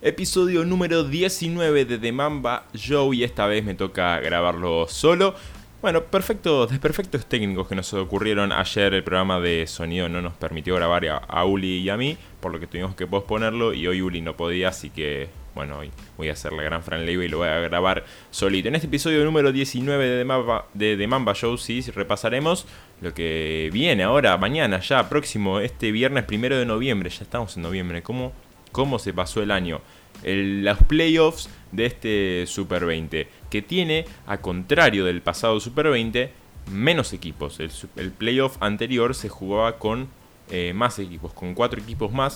Episodio número 19 de The Mamba Show y esta vez me toca grabarlo solo. Bueno, desperfectos técnicos que nos ocurrieron ayer. El programa de sonido no nos permitió grabar a Uli y a mí, por lo que tuvimos que posponerlo y hoy Uli no podía, así que bueno, hoy voy a hacer la gran Fran Leiva y lo voy a grabar solito. En este episodio número 19 de The Mamba Show, sí, repasaremos lo que viene ahora, mañana, ya próximo, este viernes 1 de noviembre. Ya estamos en noviembre, ¿Cómo se pasó el año? Los playoffs de este Super 20, que tiene, a contrario del pasado Super 20, menos equipos. El playoff anterior se jugaba con más equipos, con 4 equipos más,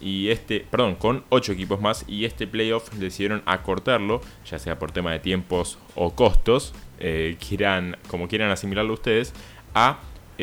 con 8 equipos más, y este playoff decidieron acortarlo, ya sea por tema de tiempos o costos, como quieran asimilarlo ustedes, a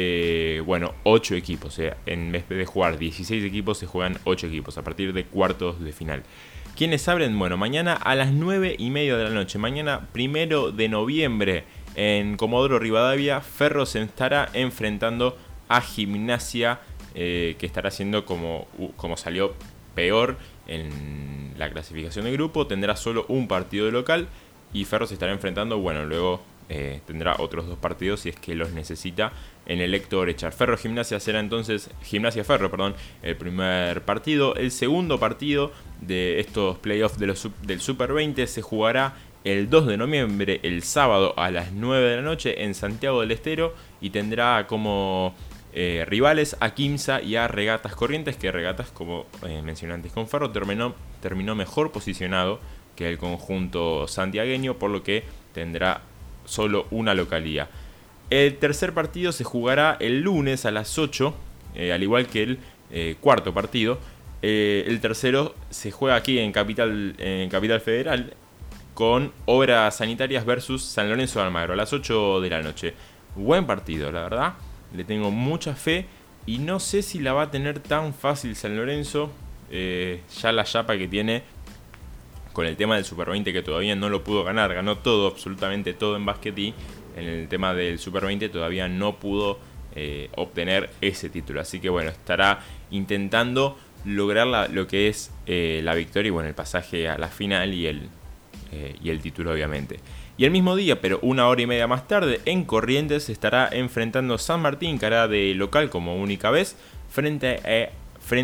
8 equipos. O sea, en vez de jugar 16 equipos, se juegan 8 equipos a partir de cuartos de final. ¿Quiénes abren? Bueno, mañana a las 9:30 de la noche, mañana 1 de noviembre, en Comodoro Rivadavia, Ferro se estará enfrentando a Gimnasia, que estará siendo como salió peor en la clasificación de grupo. Tendrá solo un partido de local y Ferro se estará enfrentando, luego tendrá otros 2 partidos si es que los necesita en el Héctor Echar. Gimnasia será entonces Gimnasia-Ferro, el primer partido. El segundo partido de estos playoffs del Super 20 se jugará el 2 de noviembre, el sábado a las 9 de la noche en Santiago del Estero, y tendrá como rivales a Quimsa y a Regatas Corrientes, que Regatas, como mencioné antes con Ferro, terminó mejor posicionado que el conjunto santiagueño, por lo que tendrá solo una localía. El tercer partido se jugará el lunes a las 8, al igual que el cuarto partido. El tercero se juega aquí en Capital Federal, con Obras Sanitarias versus San Lorenzo de Almagro a las 8 de la noche. Buen partido, la verdad. Le tengo mucha fe y no sé si la va a tener tan fácil San Lorenzo. Ya la chapa que tiene con el tema del Super 20, que todavía no lo pudo ganar. Ganó todo, absolutamente todo en básquet, y en el tema del Super 20 todavía no pudo obtener ese título. Así que estará intentando lograr lo que es la victoria y el pasaje a la final y el título, obviamente. Y el mismo día, pero 1 hora y media más tarde, en Corrientes se estará enfrentando San Martín, que hará de local como única vez, frente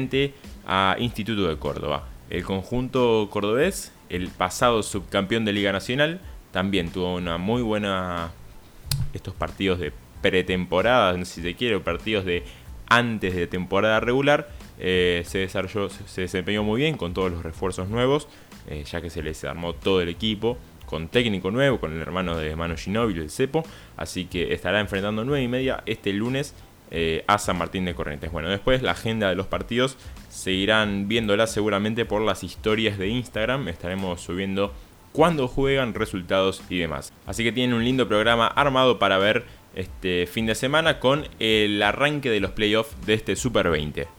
a Instituto de Córdoba. El conjunto cordobés, el pasado subcampeón de Liga Nacional, también tuvo una muy buena... Estos partidos de pretemporada, si se quiere, partidos de antes de temporada regular, se desempeñó muy bien con todos los refuerzos nuevos, ya que se les armó todo el equipo, con técnico nuevo, con el hermano de Manu Ginóbili, el Cepo. Así que estará enfrentando 9:30 este lunes a San Martín de Corrientes. Después la agenda de los partidos seguirán viéndola seguramente por las historias de Instagram. Estaremos subiendo cuándo juegan, resultados y demás. Así que tienen un lindo programa armado para ver este fin de semana con el arranque de los playoffs de este Super 20.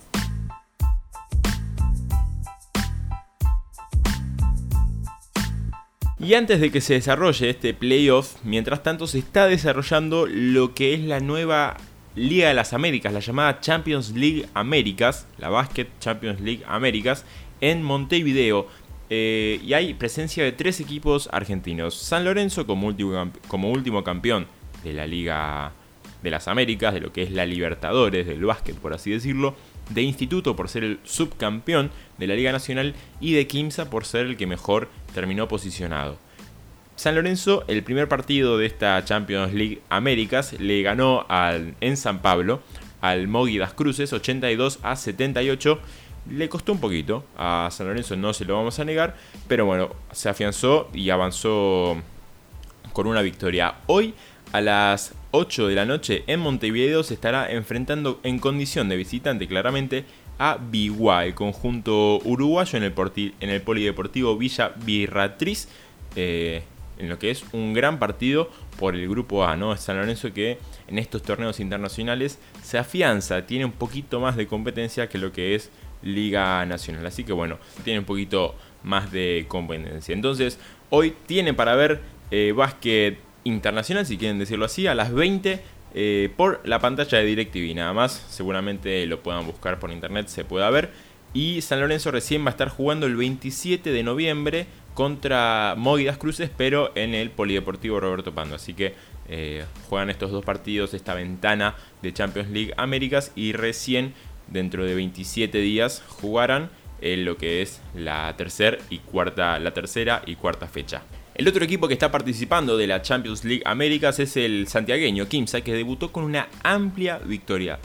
Y antes de que se desarrolle este playoff, mientras tanto se está desarrollando lo que es la nueva Liga de las Américas, la llamada Champions League Américas, la Basket Champions League Américas, en Montevideo. Y hay presencia de 3 equipos argentinos. San Lorenzo como último campeón de la Liga de las Américas, de lo que es la Libertadores del básquet, por así decirlo. De Instituto por ser el subcampeón de la Liga Nacional, y de Quimsa por ser el que mejor terminó posicionado. San Lorenzo, el primer partido de esta Champions League Américas, le ganó en San Pablo al Mogi Das Cruces 82-78. Le costó un poquito a San Lorenzo, no se lo vamos a negar, pero se afianzó y avanzó con una victoria. Hoy a las 8 de la noche en Montevideo se estará enfrentando en condición de visitante claramente a Biguá, el conjunto uruguayo, en el Polideportivo Villa Birratriz, en lo que es un gran partido por el grupo A, ¿no? San Lorenzo, que en estos torneos internacionales se afianza, tiene un poquito más de competencia que lo que es Liga Nacional, así que tiene un poquito más de competencia. Entonces hoy tienen para ver básquet internacional, si quieren decirlo así, a las 20 por la pantalla de DirecTV. Nada más, seguramente lo puedan buscar por internet, se pueda ver. Y San Lorenzo recién va a estar jugando el 27 de noviembre contra Mogi Cruces, pero en el Polideportivo Roberto Pando. Así que juegan estos dos partidos, esta ventana de Champions League Américas, y recién dentro de 27 días jugarán lo que es la tercera y cuarta fecha. El otro equipo que está participando de la Champions League Américas es el santiagueño Quimsa, que debutó con una amplia victoria.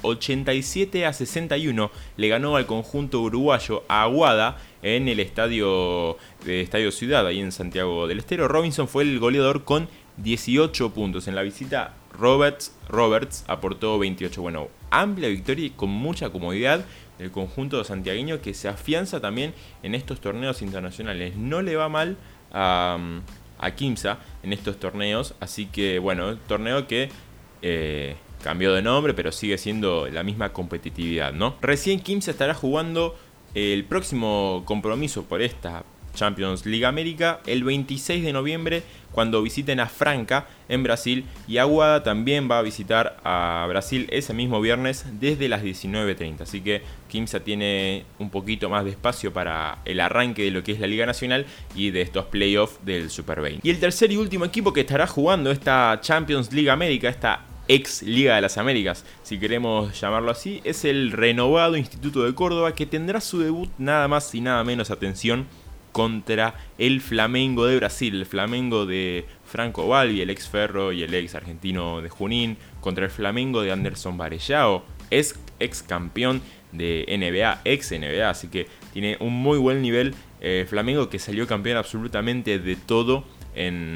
87-61 le ganó al conjunto uruguayo a Aguada en el Estadio Ciudad, ahí en Santiago del Estero. Robinson fue el goleador con 18 puntos. En la visita Roberts aportó 28. Bueno, amplia victoria y con mucha comodidad del conjunto santiagueño, que se afianza también en estos torneos internacionales. No le va mal a Quimsa en estos torneos, así que bueno, torneo que cambió de nombre, pero sigue siendo la misma competitividad, ¿no? Recién Quimsa estará jugando el próximo compromiso por esta Champions League América el 26 de noviembre, cuando visiten a Franca en Brasil, y Aguada también va a visitar a Brasil ese mismo viernes desde las 19:30. Así que Quimsa tiene un poquito más de espacio para el arranque de lo que es la Liga Nacional y de estos playoffs del Super 20. Y el tercer y último equipo que estará jugando esta Champions League América, esta ex Liga de las Américas, si queremos llamarlo así, es el renovado Instituto de Córdoba, que tendrá su debut nada más y nada menos, atención, contra el Flamengo de Brasil, el Flamengo de Franco Balbi, el ex Ferro y el ex argentino de Junín, contra el Flamengo de Anderson Varellao, ex campeón de NBA, ex NBA, así que tiene un muy buen nivel. Flamengo, que salió campeón absolutamente de todo en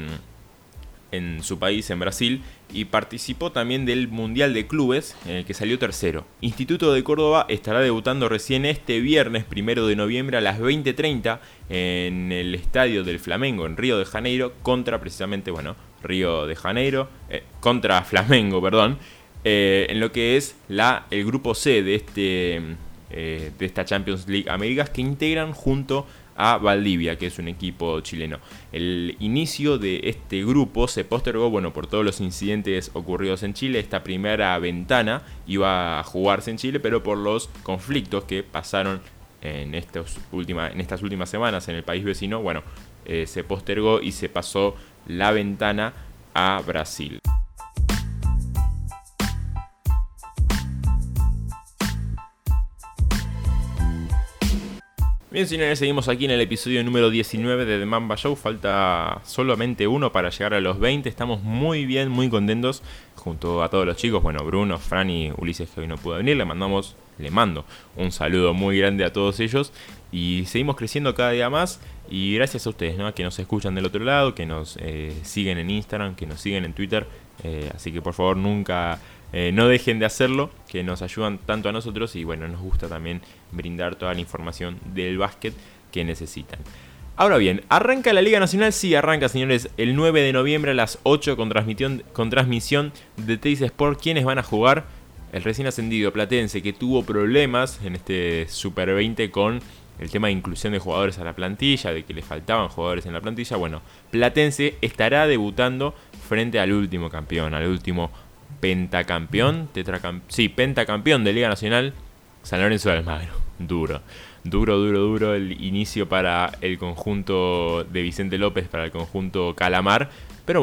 su país, en Brasil, y participó también del Mundial de Clubes, en el que salió tercero. Instituto de Córdoba estará debutando recién este viernes 1 de noviembre a las 20:30 en el estadio del Flamengo en Río de Janeiro, contra precisamente, contra Flamengo, perdón, en lo que es el grupo C de esta Champions League Américas, que integran junto a Valdivia, que es un equipo chileno. El inicio de este grupo se postergó, por todos los incidentes ocurridos en Chile. Esta primera ventana iba a jugarse en Chile, pero por los conflictos que pasaron en estas últimas semanas en el país vecino, se postergó y se pasó la ventana a Brasil. Bien, señores, seguimos aquí en el episodio número 19 de The Mamba Show. Falta solamente uno para llegar a los 20. Estamos muy bien, muy contentos junto a todos los chicos. Bruno, Fran y Ulises, que hoy no pudo venir. Le mando un saludo muy grande a todos ellos. Y seguimos creciendo cada día más. Y gracias a ustedes, ¿no?, que nos escuchan del otro lado, que nos siguen en Instagram, que nos siguen en Twitter. Así que por favor nunca... no dejen de hacerlo, que nos ayudan tanto a nosotros y nos gusta también brindar toda la información del básquet que necesitan. Ahora bien, ¿arranca la Liga Nacional? Sí, arranca, señores, el 9 de noviembre a las 8 con transmisión de Teis Sport. ¿Quiénes van a jugar? El recién ascendido Platense, que tuvo problemas en este Super 20 con el tema de inclusión de jugadores a la plantilla, de que le faltaban jugadores en la plantilla. Platense estará debutando frente al último campeón, al último pentacampeón de Liga Nacional, San Lorenzo de Almagro. Duro el inicio para el conjunto de Vicente López, para el conjunto Calamar, pero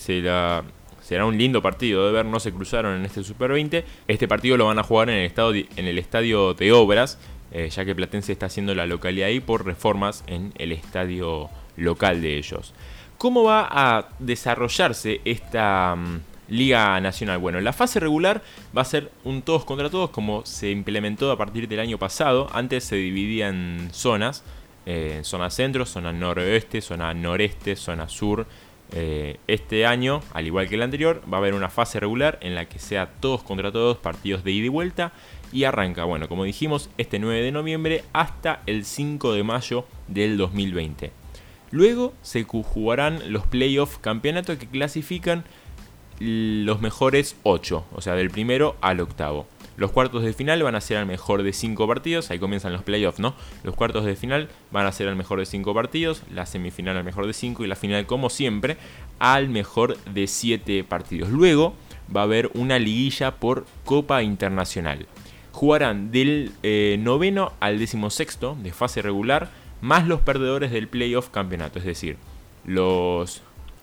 será un lindo partido de ver. No se cruzaron en este Super 20. Este partido lo van a jugar en el estadio de Obras, ya que Platense está haciendo la localidad ahí por reformas en el estadio local de ellos. ¿Cómo va a desarrollarse esta Liga Nacional? La fase regular va a ser un todos contra todos, como se implementó a partir del año pasado. Antes se dividía en zonas, zona centro, zona noroeste, zona noreste, zona sur. Este año, al igual que el anterior, va a haber una fase regular en la que sea todos contra todos, partidos de ida y vuelta, y arranca, como dijimos, este 9 de noviembre hasta el 5 de mayo del 2020. Luego se jugarán los playoffs campeonato, que clasifican los mejores 8, o sea, del primero al octavo. Los cuartos de final van a ser al mejor de 5 partidos, ahí comienzan los playoffs, ¿no? Los cuartos de final van a ser al mejor de 5 partidos, la semifinal al mejor de 5 y la final, como siempre, al mejor de 7 partidos. Luego va a haber una liguilla por Copa Internacional. jugarán del noveno al 16º de fase regular, más los perdedores del playoff campeonato, es decir, los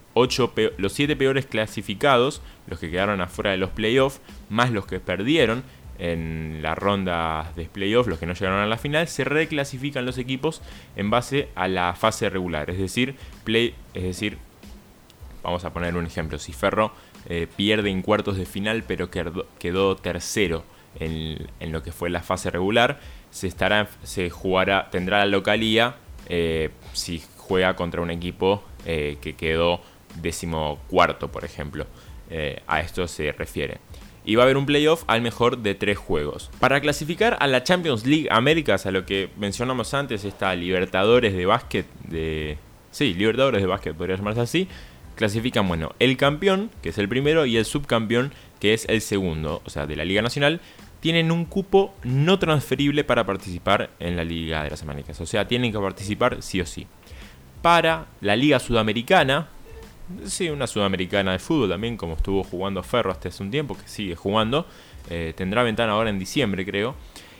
7 peores clasificados, los que quedaron afuera de los playoffs, más los que perdieron en la ronda de playoff, los que no llegaron a la final, se reclasifican los equipos en base a la fase regular, es decir, vamos a poner un ejemplo, si Ferro pierde en cuartos de final pero quedó tercero en lo que fue la fase regular, tendrá la localía si juega contra un equipo que quedó 14º, por ejemplo. A esto se refiere. Y va a haber un playoff al mejor de 3 juegos. Para clasificar a la Champions League Américas, a lo que mencionamos antes, esta Libertadores de básquet, Libertadores de básquet podría llamarse así, clasifican, el campeón, que es el primero, y el subcampeón, que es el segundo, o sea, de la Liga Nacional, tienen un cupo no transferible para participar en la Liga de las Américas. O sea, tienen que participar sí o sí. Para la Liga Sudamericana, una sudamericana de fútbol también, como estuvo jugando Ferro hasta hace un tiempo, que sigue jugando, tendrá ventana ahora en diciembre, creo.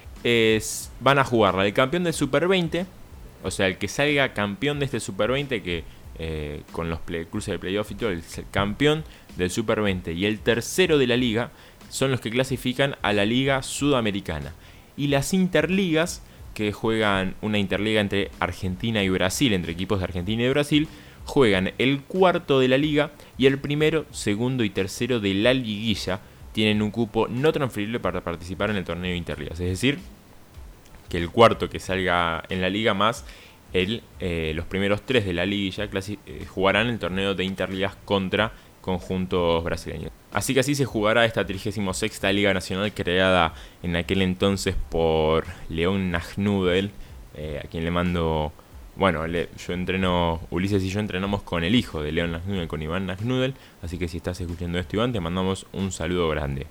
Van a jugar el campeón del Super 20, o sea, el que salga campeón de este Super 20, que con los cruces de playoff y todo, el campeón del Super 20 y el tercero de la liga son los que clasifican a la Liga Sudamericana. Y las interligas, que juegan una interliga entre Argentina y Brasil, entre equipos de Argentina y de Brasil, juegan el cuarto de la liga y el primero, segundo y tercero de la liguilla tienen un cupo no transferible para participar en el torneo de interligas. Es decir, que el cuarto que salga en la liga más los primeros 3 de la liguilla jugarán el torneo de interligas contra conjuntos brasileños. Así que así se jugará esta 36ª Liga Nacional, creada en aquel entonces por León Nagnudel, a quien le mando... Ulises y yo entrenamos con el hijo de León Nagnudel, con Iván Nagnudel, así que si estás escuchando esto, Iván, te mandamos un saludo grande.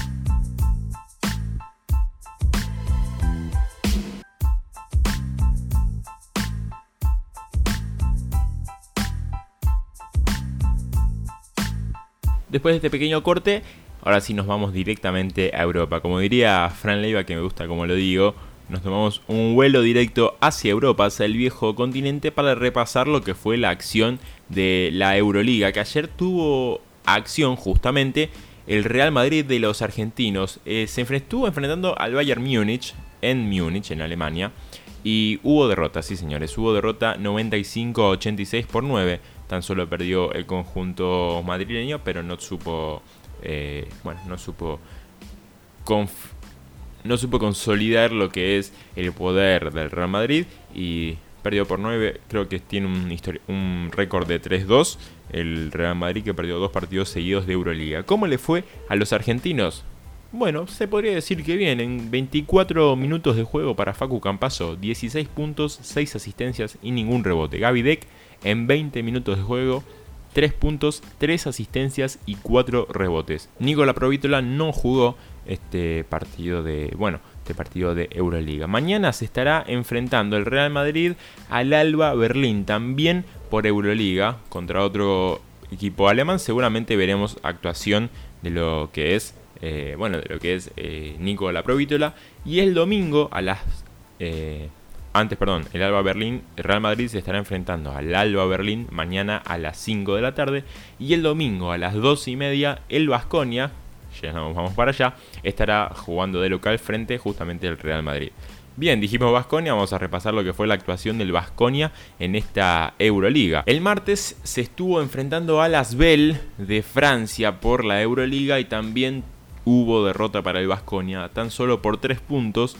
Después de este pequeño corte, ahora sí nos vamos directamente a Europa. Como diría Fran Leiva, que me gusta como lo digo, nos tomamos un vuelo directo hacia Europa, hacia el viejo continente, para repasar lo que fue la acción de la Euroliga, que ayer tuvo acción justamente el Real Madrid de los argentinos. Se estuvo enfrentando al Bayern Múnich, en Alemania, y hubo derrota, sí señores, hubo derrota 95-86 por 9. Tan solo perdió el conjunto madrileño, pero no supo consolidar lo que es el poder del Real Madrid y perdió por 9. Creo que tiene un récord de 3-2 el Real Madrid, que perdió 2 partidos seguidos de Euroliga. ¿Cómo le fue a los argentinos? Bueno, se podría decir que bien. En 24 minutos de juego para Facu Campazzo, 16 puntos, 6 asistencias y ningún rebote. Gaby Deck, en 20 minutos de juego, 3 puntos, 3 asistencias y 4 rebotes. Nicola Provítola no jugó este partido de Euroliga. Mañana se estará enfrentando el Real Madrid al Alba Berlín, también por Euroliga, contra otro equipo alemán. Seguramente veremos actuación de lo que es Nicola Provítola. Y el domingo el Alba Berlín, el Real Madrid se estará enfrentando al Alba Berlín mañana a las 5 de la tarde. Y el domingo a las 2:30 el Baskonia, ya nos vamos para allá, estará jugando de local frente justamente al Real Madrid. Bien, dijimos Baskonia, vamos a repasar lo que fue la actuación del Baskonia en esta Euroliga. El martes se estuvo enfrentando a Asvel de Francia por la Euroliga y también hubo derrota para el Baskonia, tan solo por 3 puntos,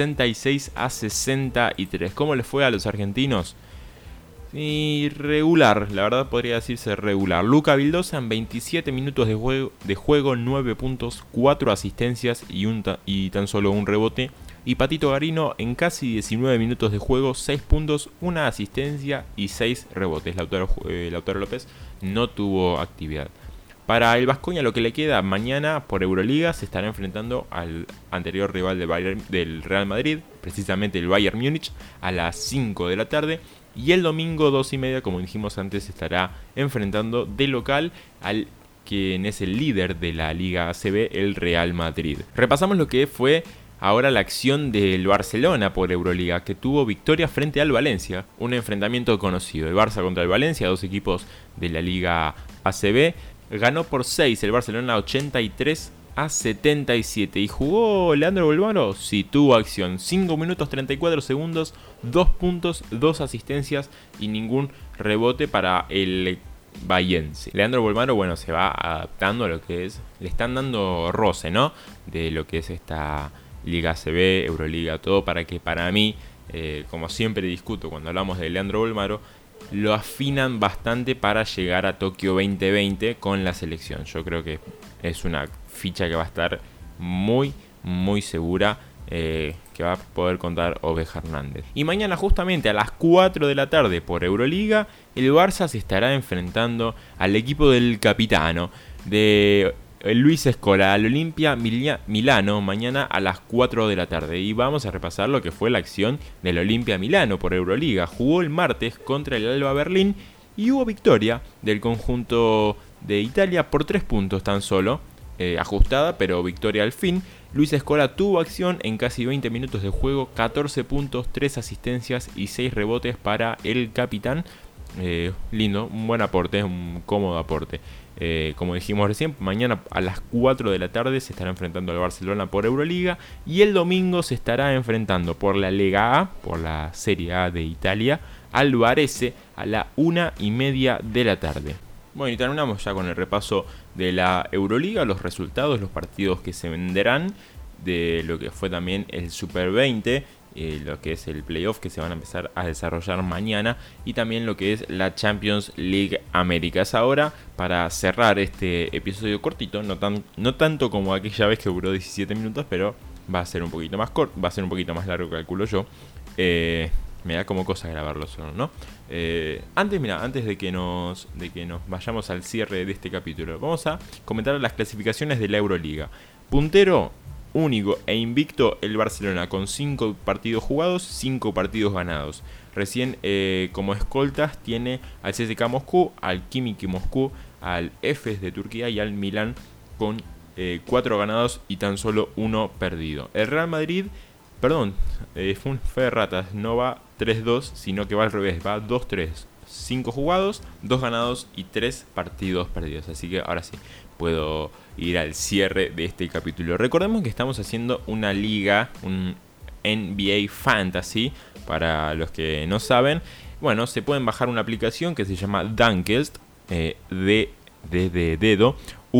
66-63. ¿Cómo les fue a los argentinos? Irregular, la verdad podría decirse regular. Luca Vildosa en 27 minutos de juego 9 puntos, 4 asistencias y tan solo un rebote. Y Patito Garino en casi 19 minutos de juego, 6 puntos, 1 asistencia y 6 rebotes. Lautaro López no tuvo actividad. Para el Baskonia, lo que le queda mañana por Euroliga, se estará enfrentando al anterior rival del Real Madrid, precisamente el Bayern Múnich, a las 5 de la tarde. Y el domingo 2:30, como dijimos antes, se estará enfrentando de local al quien es el líder de la Liga ACB, el Real Madrid. Repasamos lo que fue ahora la acción del Barcelona por Euroliga, que tuvo victoria frente al Valencia. Un enfrentamiento conocido, el Barça contra el Valencia, dos equipos de la Liga ACB. Ganó por 6 el Barcelona, 83-77. ¿Y jugó Leandro Bolmaro? Sí, tuvo acción. 5 minutos 34 segundos, 2 puntos, 2 asistencias y ningún rebote para el bahiense. Leandro Bolmaro, bueno, se va adaptando a lo que es. Le están dando roce, ¿no? De lo que es esta Liga ACB, Euroliga, todo, para que para mí, como siempre discuto cuando hablamos de Leandro Bolmaro, lo afinan bastante para llegar a Tokio 2020 con la selección. Yo creo que es una ficha que va a estar muy, muy segura, que va a poder contar Oveja Hernández. Y mañana justamente a las 4 de la tarde por Euroliga, el Barça se estará enfrentando al equipo del capitano de Luis Scola, al Olimpia Milano, mañana a las 4 de la tarde. Y vamos a repasar lo que fue la acción del Olimpia Milano por Euroliga. Jugó el martes contra el Alba Berlín y hubo victoria del conjunto de Italia por 3 puntos tan solo. Ajustada, pero victoria al fin. Luis Scola tuvo acción en casi 20 minutos de juego, 14 puntos, 3 asistencias y 6 rebotes para el capitán. Lindo, un buen aporte, un cómodo aporte. Como dijimos recién, mañana a las 4 de la tarde se estará enfrentando al Barcelona por Euroliga y el domingo se estará enfrentando por la Lega A, por la Serie A de Italia, al Varese a la 1:30 de la tarde. Bueno, y terminamos ya con el repaso de la Euroliga, los resultados, los partidos que se venderán, de lo que fue también el Super 20, lo que es el playoff que se van a empezar a desarrollar mañana, y también lo que es la Champions League Américas. Ahora, para cerrar este episodio cortito, no tanto como aquella vez que duró 17 minutos, pero va a ser un poquito más corto, va a ser un poquito más largo, calculo yo. Me da como cosa grabarlo solo, ¿no? Antes de que nos vayamos al cierre de este capítulo, vamos a comentar las clasificaciones de la Euroliga. Puntero único e invicto el Barcelona, con 5 partidos jugados, 5 partidos ganados. Recién como escoltas tiene al CSKA Moscú, al Khimki Moscú, al Efes de Turquía y al Milán con 4 ganados y tan solo 1 perdido. El Real Madrid, fue de ratas, no va 3-2, sino que va al revés, va 2-3. 5 jugados, 2 ganados y 3 partidos perdidos. Así que ahora sí, puedo ir al cierre de este capítulo. Recordemos que estamos haciendo una liga, un NBA Fantasy, para los que no saben. Bueno, se pueden bajar una aplicación que se llama Dunkest, de dedo,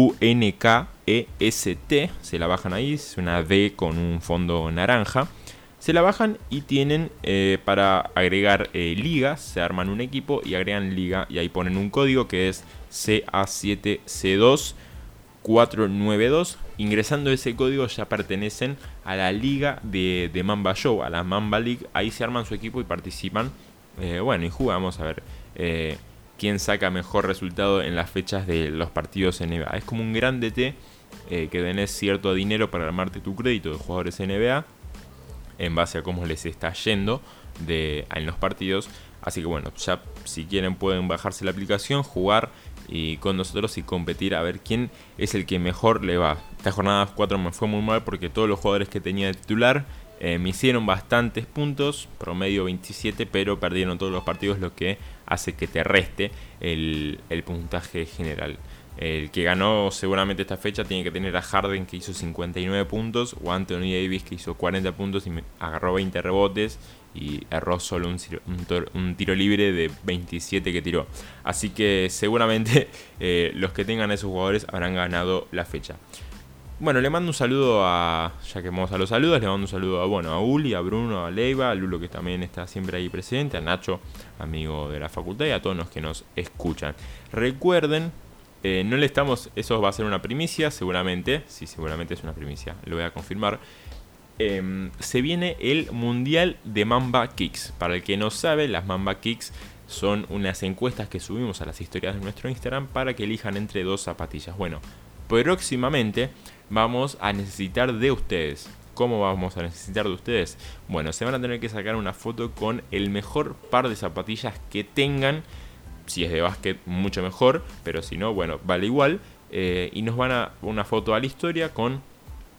UNKEST, se la bajan ahí, es una D con un fondo naranja. Se la bajan y tienen para agregar ligas, se arman un equipo y agregan liga y ahí ponen un código que es CA7C2492. Ingresando ese código ya pertenecen a la liga de Mamba Show, a la Mamba League. Ahí se arman su equipo y participan. Y jugamos a ver quién saca mejor resultado en las fechas de los partidos NBA. Es como un gran DT que tenés cierto dinero para armarte tu crédito de jugadores NBA en base a cómo les está yendo en los partidos. Así que bueno, ya si quieren pueden bajarse la aplicación, jugar y con nosotros y competir a ver quién es el que mejor le va. Esta jornada 4 me fue muy mal porque todos los jugadores que tenía de titular me hicieron bastantes puntos, promedio 27, pero perdieron todos los partidos, lo que hace que te reste el puntaje general. El que ganó seguramente esta fecha tiene que tener a Harden, que hizo 59 puntos, o Anthony Davis, que hizo 40 puntos y agarró 20 rebotes y erró solo un tiro libre de 27 que tiró. Así que seguramente los que tengan a esos jugadores habrán ganado la fecha. Bueno, le mando un saludo ya que vamos a los saludos, le mando un saludo a Uli, a Bruno, a Leiva, a Lulo, que también está siempre ahí presente, a Nacho, amigo de la facultad, y a todos los que nos escuchan. Recuerden, no le estamos, eso va a ser una primicia, seguramente es una primicia, lo voy a confirmar. Se viene el Mundial de Mamba Kicks. Para el que no sabe, las Mamba Kicks son unas encuestas que subimos a las historias de nuestro Instagram para que elijan entre 2 zapatillas. Bueno, próximamente vamos a necesitar de ustedes. ¿Cómo vamos a necesitar de ustedes? Bueno, se van a tener que sacar una foto con el mejor par de zapatillas que tengan. Si es de básquet, mucho mejor, pero si no, bueno, vale igual. Y nos van a una foto a la historia con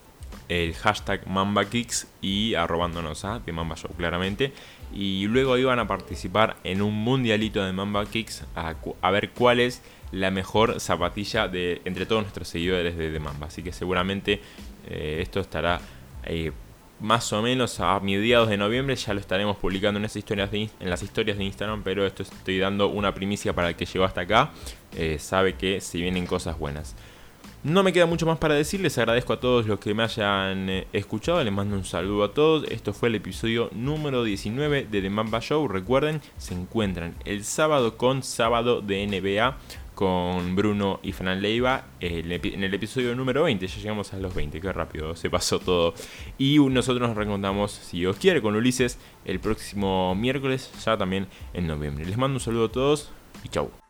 el hashtag MambaKicks y arrobándonos a The Mamba Show claramente. Y luego iban a participar en un mundialito de MambaKicks a ver cuál es la mejor zapatilla entre todos nuestros seguidores de The Mamba. Así que seguramente esto estará más o menos a mediados de noviembre. Ya lo estaremos publicando en las historias de Instagram, pero esto estoy dando una primicia para el que llegó hasta acá. Sabe que se vienen cosas buenas. No me queda mucho más para decir, les agradezco a todos los que me hayan escuchado, les mando un saludo a todos. Esto fue el episodio número 19 de The Mamba Show. Recuerden, se encuentran el sábado con Sábado de NBA con Bruno y Fran Leiva en el episodio número 20. Ya llegamos a los 20, qué rápido se pasó todo. Y nosotros nos reencontramos, si Dios quiere, con Ulises el próximo miércoles, ya también en noviembre. Les mando un saludo a todos y chau.